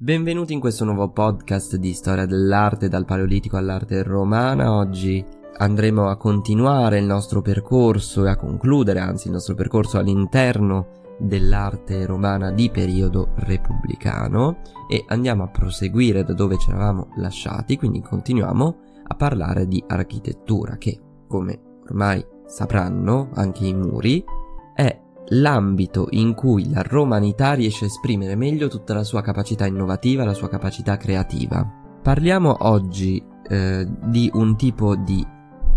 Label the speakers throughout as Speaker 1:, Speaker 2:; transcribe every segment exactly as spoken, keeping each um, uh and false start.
Speaker 1: Benvenuti in questo nuovo podcast di storia dell'arte dal Paleolitico all'arte romana. Oggi andremo a continuare il nostro percorso e a concludere anzi il nostro percorso all'interno dell'arte romana di periodo repubblicano e andiamo a proseguire da dove ci eravamo lasciati, quindi continuiamo a parlare di architettura che, come ormai sapranno anche i muri, è l'ambito in cui la romanità riesce a esprimere meglio tutta la sua capacità innovativa, la sua capacità creativa. Parliamo oggi eh, di un tipo di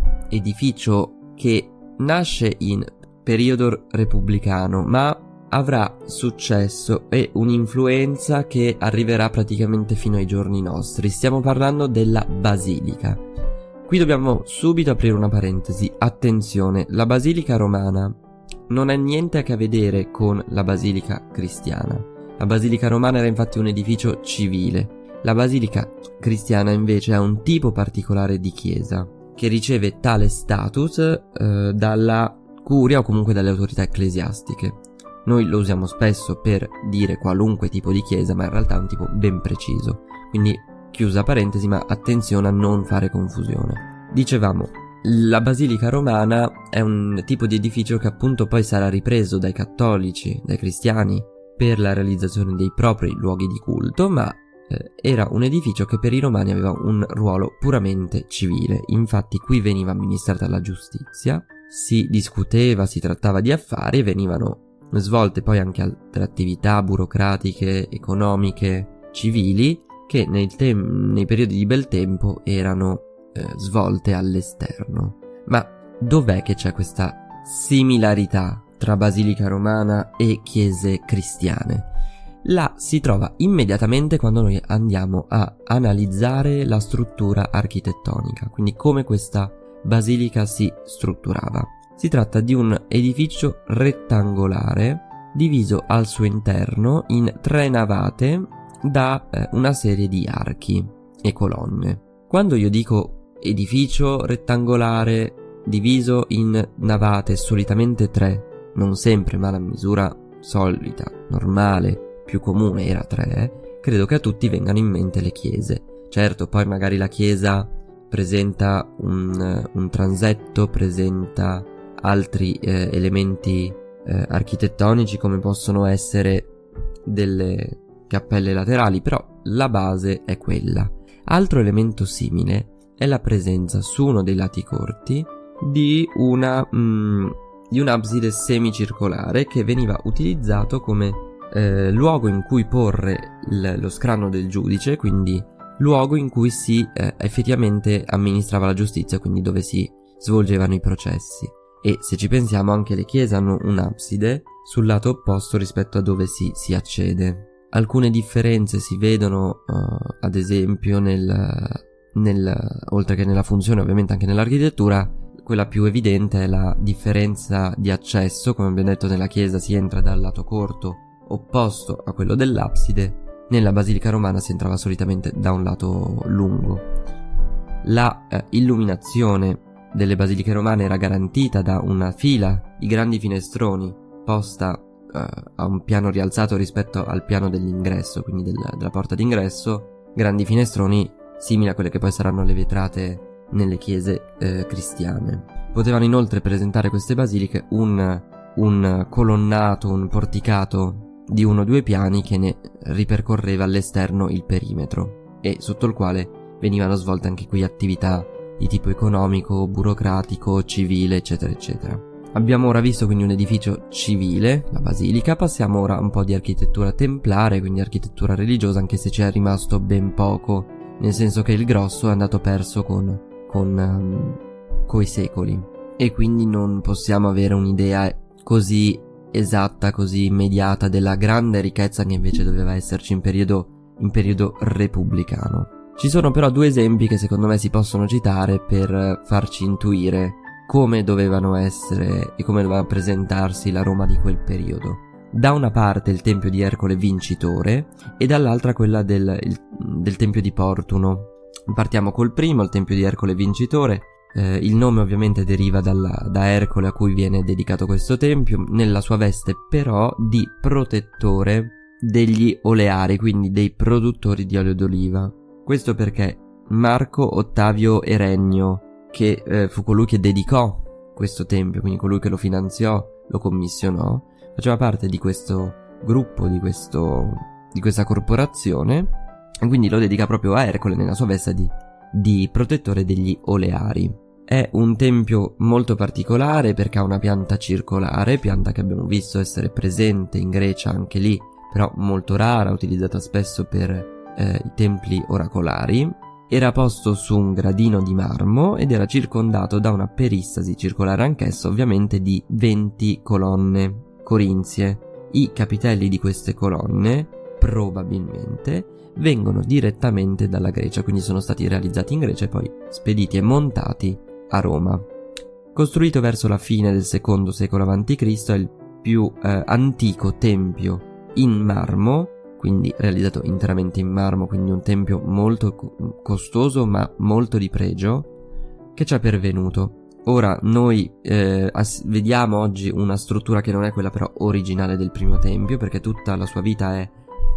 Speaker 1: edificio che nasce in periodo repubblicano, ma avrà successo e un'influenza che arriverà praticamente fino ai giorni nostri. Stiamo parlando della basilica. Qui dobbiamo subito aprire una parentesi. Attenzione, la basilica romana non ha niente a che vedere con la basilica cristiana. La basilica romana era infatti un edificio civile. La basilica cristiana invece ha un tipo particolare di chiesa che riceve tale status eh, dalla curia o comunque dalle autorità ecclesiastiche. Noi lo usiamo spesso per dire qualunque tipo di chiesa, ma in realtà è un tipo ben preciso. Quindi chiusa parentesi, ma attenzione a non fare confusione. Dicevamo, la basilica romana è un tipo di edificio che appunto poi sarà ripreso dai cattolici, dai cristiani, per la realizzazione dei propri luoghi di culto, ma eh, era un edificio che per i romani aveva un ruolo puramente civile. Infatti qui veniva amministrata la giustizia, si discuteva, si trattava di affari e venivano svolte poi anche altre attività burocratiche, economiche, civili, che nei, tem- nei periodi di bel tempo erano svolte all'esterno. Ma dov'è che c'è questa similarità tra basilica romana e chiese cristiane? La si trova immediatamente quando noi andiamo a analizzare la struttura architettonica, quindi come questa basilica si strutturava. Si tratta di un edificio rettangolare diviso al suo interno in tre navate da eh, una serie di archi e colonne. Quando io dico edificio rettangolare diviso in navate, solitamente tre, non sempre, ma la misura solita, normale, più comune era tre, credo che a tutti vengano in mente le chiese. Certo, poi magari la chiesa presenta un, un transetto, presenta altri eh, elementi eh, architettonici come possono essere delle cappelle laterali, però la base è quella. Altro elemento simile è la presenza su uno dei lati corti di una mm, di un'abside semicircolare che veniva utilizzato come eh, luogo in cui porre l- lo scranno del giudice, quindi luogo in cui si eh, effettivamente amministrava la giustizia, quindi dove si svolgevano i processi. E se ci pensiamo, anche le chiese hanno un'abside sul lato opposto rispetto a dove si, si accede. Alcune differenze si vedono uh, ad esempio nel Nel, oltre che nella funzione, ovviamente anche nell'architettura. Quella più evidente è la differenza di accesso. Come abbiamo detto, nella chiesa si entra dal lato corto opposto a quello dell'abside. Nella basilica romana si entrava solitamente da un lato lungo. La eh, illuminazione delle basiliche romane era garantita da una fila di grandi finestroni posta eh, a un piano rialzato rispetto al piano dell'ingresso, quindi del, della porta d'ingresso. Grandi finestroni simili a quelle che poi saranno le vetrate nelle chiese eh, cristiane. Potevano inoltre presentare queste basiliche un, un colonnato, un porticato di uno o due piani che ne ripercorreva all'esterno il perimetro e sotto il quale venivano svolte anche qui attività di tipo economico, burocratico, civile, eccetera eccetera. Abbiamo ora visto quindi un edificio civile, la basilica. Passiamo ora a un po' di architettura templare, quindi architettura religiosa, anche se ci è rimasto ben poco, nel senso che il grosso è andato perso con, con um, coi secoli e quindi non possiamo avere un'idea così esatta, così immediata della grande ricchezza che invece doveva esserci in periodo, in periodo repubblicano. Ci sono però due esempi che secondo me si possono citare per farci intuire come dovevano essere e come doveva presentarsi la Roma di quel periodo. Da una parte il tempio di Ercole Vincitore e dall'altra quella del, il, del tempio di Portuno. Partiamo col primo, il tempio di Ercole Vincitore. Eh, il nome ovviamente deriva dalla, da Ercole, a cui viene dedicato questo tempio, nella sua veste però di protettore degli oleari, quindi dei produttori di olio d'oliva. Questo perché Marco Ottavio Erenio, che eh, fu colui che dedicò questo tempio, quindi colui che lo finanziò, lo commissionò, faceva parte di questo gruppo, di questo di questa corporazione, e quindi lo dedica proprio a Ercole nella sua veste di, di protettore degli oleari. È un tempio molto particolare perché ha una pianta circolare, pianta che abbiamo visto essere presente in Grecia anche lì, però molto rara, utilizzata spesso per eh, i templi oracolari. Era posto su un gradino di marmo ed era circondato da una peristasi circolare anch'essa, ovviamente di venti colonne corinzie. I capitelli di queste colonne probabilmente vengono direttamente dalla Grecia, quindi sono stati realizzati in Grecia e poi spediti e montati a Roma. Costruito verso la fine del secondo secolo avanti Cristo, è il più eh, antico tempio in marmo, quindi realizzato interamente in marmo, quindi un tempio molto co- costoso ma molto di pregio che ci è pervenuto. Ora noi eh, as- vediamo oggi una struttura che non è quella però originale del primo tempio, perché tutta la sua vita è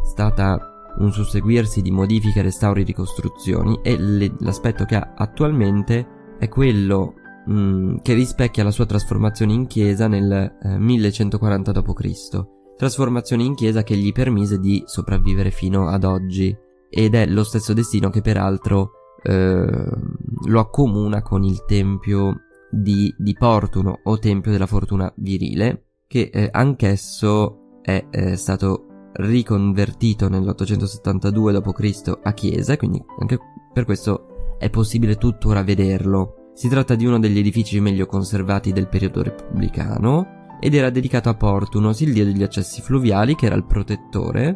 Speaker 1: stata un susseguirsi di modifiche, restauri e ricostruzioni, e le- l'aspetto che ha attualmente è quello mh, che rispecchia la sua trasformazione in chiesa nel eh, millecentoquaranta dopo Cristo, trasformazione in chiesa che gli permise di sopravvivere fino ad oggi, ed è lo stesso destino che peraltro eh, lo accomuna con il tempio di, di Portuno o tempio della fortuna virile, che eh, anch'esso è eh, stato riconvertito nell'ottocentosettantadue dopo Cristo a chiesa, quindi anche per questo è possibile tuttora vederlo. Si tratta di uno degli edifici meglio conservati del periodo repubblicano ed era dedicato a Portunos, il dio degli accessi fluviali, che era il protettore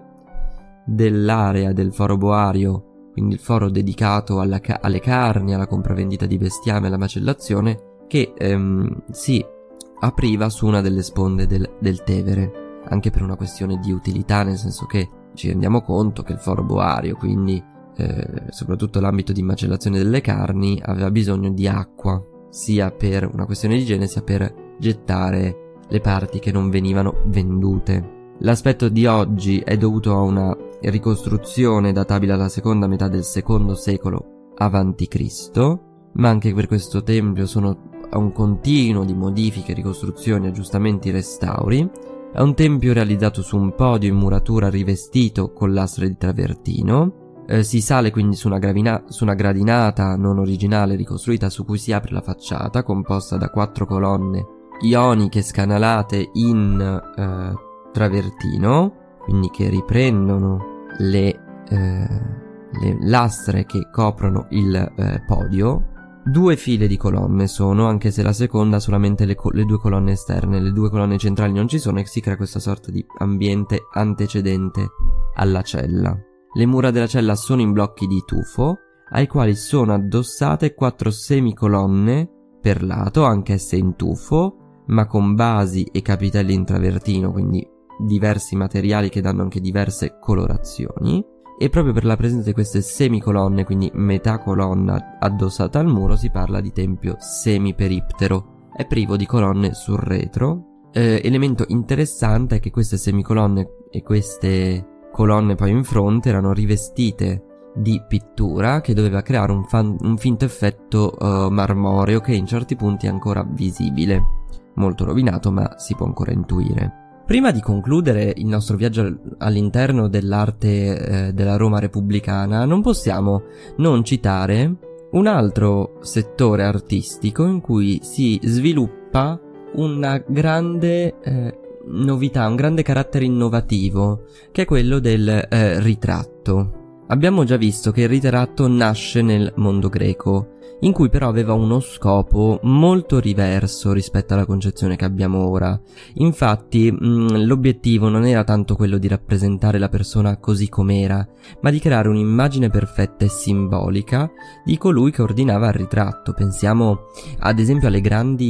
Speaker 1: dell'area del foro boario, quindi il foro dedicato alla ca- alle carni, alla compravendita di bestiame, alla macellazione, che ehm, si apriva su una delle sponde del, del Tevere, anche per una questione di utilità, nel senso che ci rendiamo conto che il foro boario, quindi eh, soprattutto l'ambito di macellazione delle carni, aveva bisogno di acqua, sia per una questione di igiene sia per gettare le parti che non venivano vendute. L'aspetto di oggi è dovuto a una ricostruzione databile alla seconda metà del secondo secolo avanti Cristo, ma anche per questo tempio sono a un continuo di modifiche, ricostruzioni, aggiustamenti, restauri. È un tempio realizzato su un podio in muratura rivestito con lastre di travertino. Eh, si sale quindi su una, gravina- su una gradinata non originale ricostruita su cui si apre la facciata, composta da quattro colonne ioniche scanalate in eh, travertino, quindi che riprendono le, eh, le lastre che coprono il eh, podio. Due file di colonne sono, anche se la seconda ha solamente le, co- le due colonne esterne, le due colonne centrali non ci sono, e si crea questa sorta di ambiente antecedente alla cella. Le mura della cella sono in blocchi di tufo, ai quali sono addossate quattro semicolonne per lato, anch'esse in tufo, ma con basi e capitelli in travertino, quindi diversi materiali che danno anche diverse colorazioni. E proprio per la presenza di queste semicolonne, quindi metà colonna addossata al muro, si parla di tempio semiperiptero. È privo di colonne sul retro. Eh, elemento interessante è che queste semicolonne e queste colonne poi in fronte erano rivestite di pittura che doveva creare un, fan- un finto effetto uh, marmoreo che in certi punti è ancora visibile. Molto rovinato, ma si può ancora intuire. Prima di concludere il nostro viaggio all'interno dell'arte eh, della Roma repubblicana, non possiamo non citare un altro settore artistico in cui si sviluppa una grande eh, novità, un grande carattere innovativo, che è quello del eh, ritratto. Abbiamo già visto che il ritratto nasce nel mondo greco, in cui però aveva uno scopo molto diverso rispetto alla concezione che abbiamo ora. Infatti mh, l'obiettivo non era tanto quello di rappresentare la persona così com'era, ma di creare un'immagine perfetta e simbolica di colui che ordinava il ritratto. Pensiamo ad esempio alle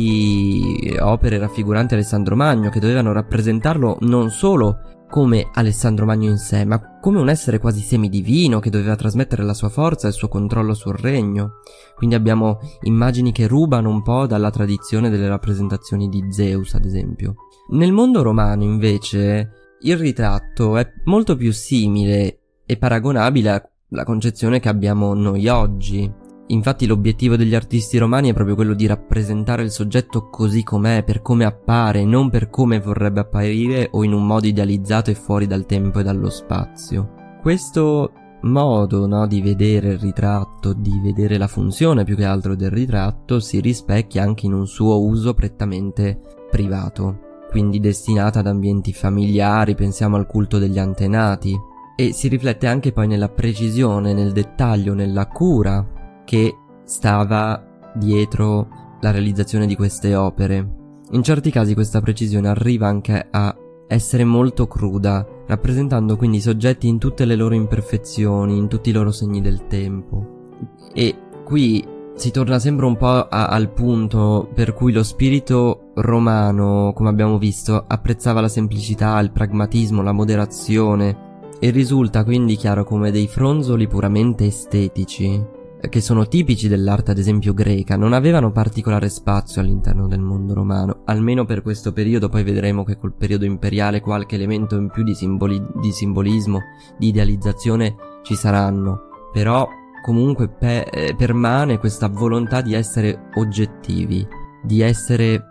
Speaker 1: grandi opere raffiguranti Alessandro Magno, che dovevano rappresentarlo non solo come Alessandro Magno in sé, ma come un essere quasi semidivino che doveva trasmettere la sua forza e il suo controllo sul regno. Quindi abbiamo immagini che rubano un po' dalla tradizione delle rappresentazioni di Zeus, ad esempio. Nel mondo romano, invece, il ritratto è molto più simile e paragonabile alla concezione che abbiamo noi oggi. Infatti l'obiettivo degli artisti romani è proprio quello di rappresentare il soggetto così com'è, per come appare, non per come vorrebbe apparire o in un modo idealizzato e fuori dal tempo e dallo spazio. Questo modo, no, di vedere il ritratto, di vedere la funzione più che altro del ritratto, si rispecchia anche in un suo uso prettamente privato, quindi destinato ad ambienti familiari, pensiamo al culto degli antenati, e si riflette anche poi nella precisione, nel dettaglio, nella cura che stava dietro la realizzazione di queste opere. In certi casi questa precisione arriva anche a essere molto cruda, rappresentando quindi i soggetti in tutte le loro imperfezioni, in tutti i loro segni del tempo. E qui si torna sempre un po' a, al punto per cui lo spirito romano, come abbiamo visto, apprezzava la semplicità, il pragmatismo, la moderazione, e risulta quindi chiaro come dei fronzoli puramente estetici, che sono tipici dell'arte ad esempio greca, non avevano particolare spazio all'interno del mondo romano, almeno per questo periodo. Poi vedremo che col periodo imperiale qualche elemento in più di, simboli- di simbolismo, di idealizzazione ci saranno, però comunque pe- eh, permane questa volontà di essere oggettivi, di essere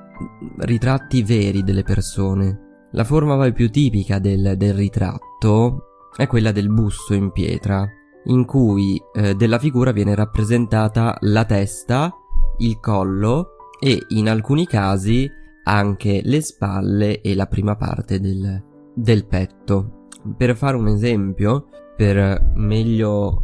Speaker 1: ritratti veri delle persone. La forma poi più tipica del, del ritratto è quella del busto in pietra, in cui eh, della figura viene rappresentata la testa, il collo e in alcuni casi anche le spalle e la prima parte del, del petto. Per fare un esempio, per meglio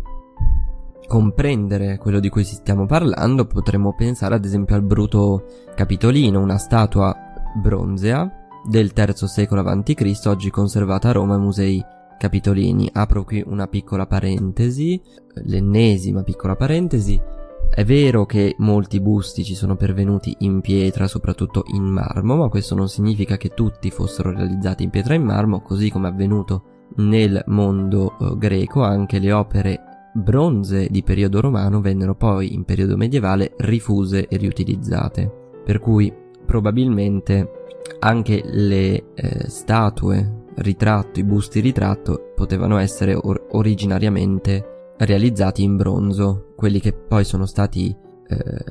Speaker 1: comprendere quello di cui stiamo parlando, potremmo pensare ad esempio al Bruto Capitolino, una statua bronzea del terzo secolo avanti Cristo, oggi conservata a Roma ai Musei Capitolini. Apro qui una piccola parentesi, l'ennesima piccola parentesi. È vero che molti busti ci sono pervenuti in pietra, soprattutto in marmo, ma questo non significa che tutti fossero realizzati in pietra e in marmo, così come è avvenuto nel mondo eh, greco. Anche le opere bronze di periodo romano vennero poi in periodo medievale rifuse e riutilizzate, per cui probabilmente anche le eh, statue ritratto, i busti ritratto potevano essere or- originariamente realizzati in bronzo. Quelli che poi sono stati eh,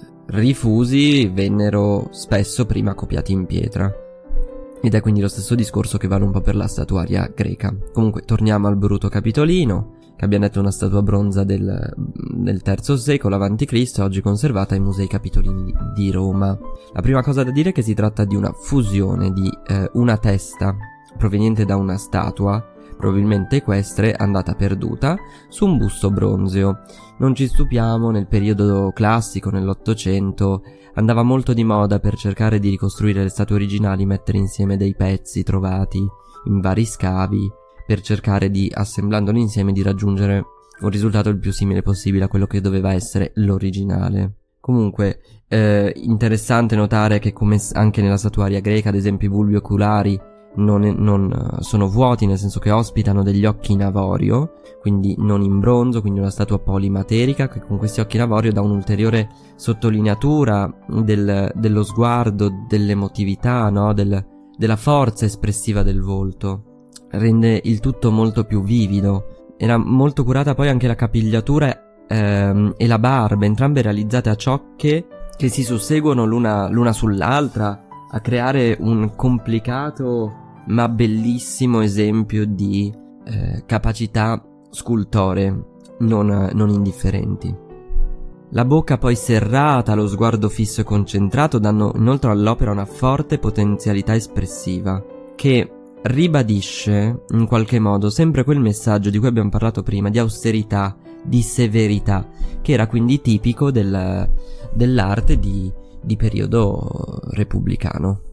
Speaker 1: rifusi vennero spesso prima copiati in pietra, ed è quindi lo stesso discorso che vale un po' per la statuaria greca. Comunque torniamo al Bruto Capitolino, che abbiamo detto è una statua bronza del, del terzo secolo avanti Cristo, oggi conservata ai Musei Capitolini di Roma. La prima cosa da dire è che si tratta di una fusione di eh, una testa proveniente da una statua, probabilmente equestre, andata perduta, su un busto bronzeo. Non ci stupiamo, nel periodo classico, nell'Ottocento, andava molto di moda, per cercare di ricostruire le statue originali, mettere insieme dei pezzi trovati in vari scavi, per cercare di, assemblandoli insieme, di raggiungere un risultato il più simile possibile a quello che doveva essere l'originale. Comunque, eh, interessante notare che, come anche nella statuaria greca, ad esempio i bulbi oculari Non, non sono vuoti, nel senso che ospitano degli occhi in avorio, quindi non in bronzo, quindi una statua polimaterica che con questi occhi in avorio dà un'ulteriore sottolineatura del, dello sguardo, dell'emotività, no? del, della forza espressiva del volto, rende il tutto molto più vivido. Era molto curata poi anche la capigliatura ehm, e la barba, entrambe realizzate a ciocche che si susseguono l'una, l'una sull'altra, a creare un complicato ma bellissimo esempio di eh, capacità scultore non, non indifferenti. La bocca poi serrata, lo sguardo fisso e concentrato danno inoltre all'opera una forte potenzialità espressiva che ribadisce in qualche modo sempre quel messaggio di cui abbiamo parlato prima, di austerità, di severità, che era quindi tipico del, dell'arte di, di periodo repubblicano.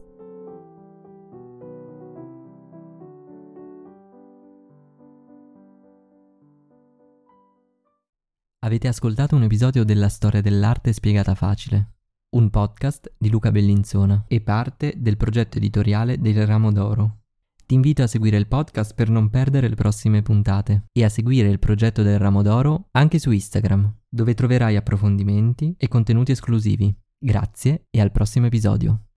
Speaker 2: Avete ascoltato un episodio della Storia dell'arte spiegata facile, un podcast di Luca Bellinzona e parte del progetto editoriale del Ramo d'Oro. Ti invito a seguire il podcast per non perdere le prossime puntate e a seguire il progetto del Ramo d'Oro anche su Instagram, dove troverai approfondimenti e contenuti esclusivi. Grazie e al prossimo episodio.